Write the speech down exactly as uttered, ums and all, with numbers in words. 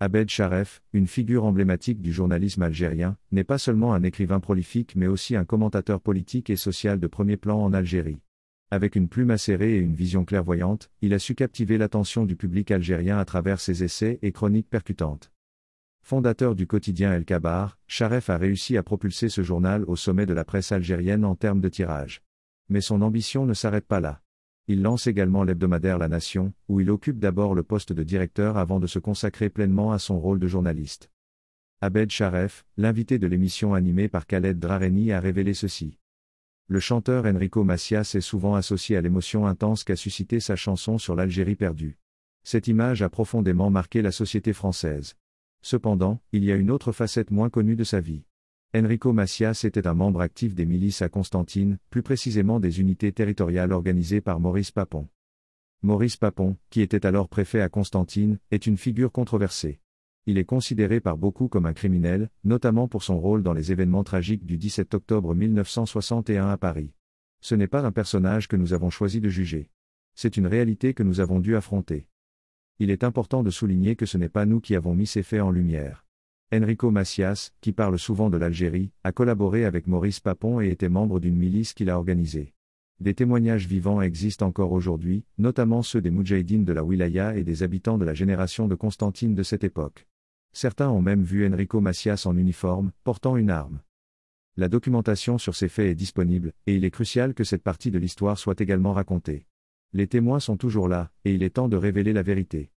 Abed Charef, une figure emblématique du journalisme algérien, n'est pas seulement un écrivain prolifique mais aussi un commentateur politique et social de premier plan en Algérie. Avec une plume acérée et une vision clairvoyante, il a su captiver l'attention du public algérien à travers ses essais et chroniques percutantes. Fondateur du quotidien El Kabar, Charef a réussi à propulser ce journal au sommet de la presse algérienne en termes de tirage. Mais son ambition ne s'arrête pas là. Il lance également l'hebdomadaire La Nation, où il occupe d'abord le poste de directeur avant de se consacrer pleinement à son rôle de journaliste. Abed Charef, l'invité de l'émission animée par Khaled Drareni, a révélé ceci. Le chanteur Enrico Macias est souvent associé à l'émotion intense qu'a suscité sa chanson sur l'Algérie perdue. Cette image a profondément marqué la société française. Cependant, il y a une autre facette moins connue de sa vie. Enrico Macias était un membre actif des milices à Constantine, plus précisément des unités territoriales organisées par Maurice Papon. Maurice Papon, qui était alors préfet à Constantine, est une figure controversée. Il est considéré par beaucoup comme un criminel, notamment pour son rôle dans les événements tragiques du dix-sept octobre mille neuf cent soixante et un à Paris. Ce n'est pas un personnage que nous avons choisi de juger. C'est une réalité que nous avons dû affronter. Il est important de souligner que ce n'est pas nous qui avons mis ces faits en lumière. Enrico Macias, qui parle souvent de l'Algérie, a collaboré avec Maurice Papon et était membre d'une milice qu'il a organisée. Des témoignages vivants existent encore aujourd'hui, notamment ceux des Moudjahidines de la Wilaya et des habitants de la génération de Constantine de cette époque. Certains ont même vu Enrico Macias en uniforme, portant une arme. La documentation sur ces faits est disponible, et il est crucial que cette partie de l'histoire soit également racontée. Les témoins sont toujours là, et il est temps de révéler la vérité.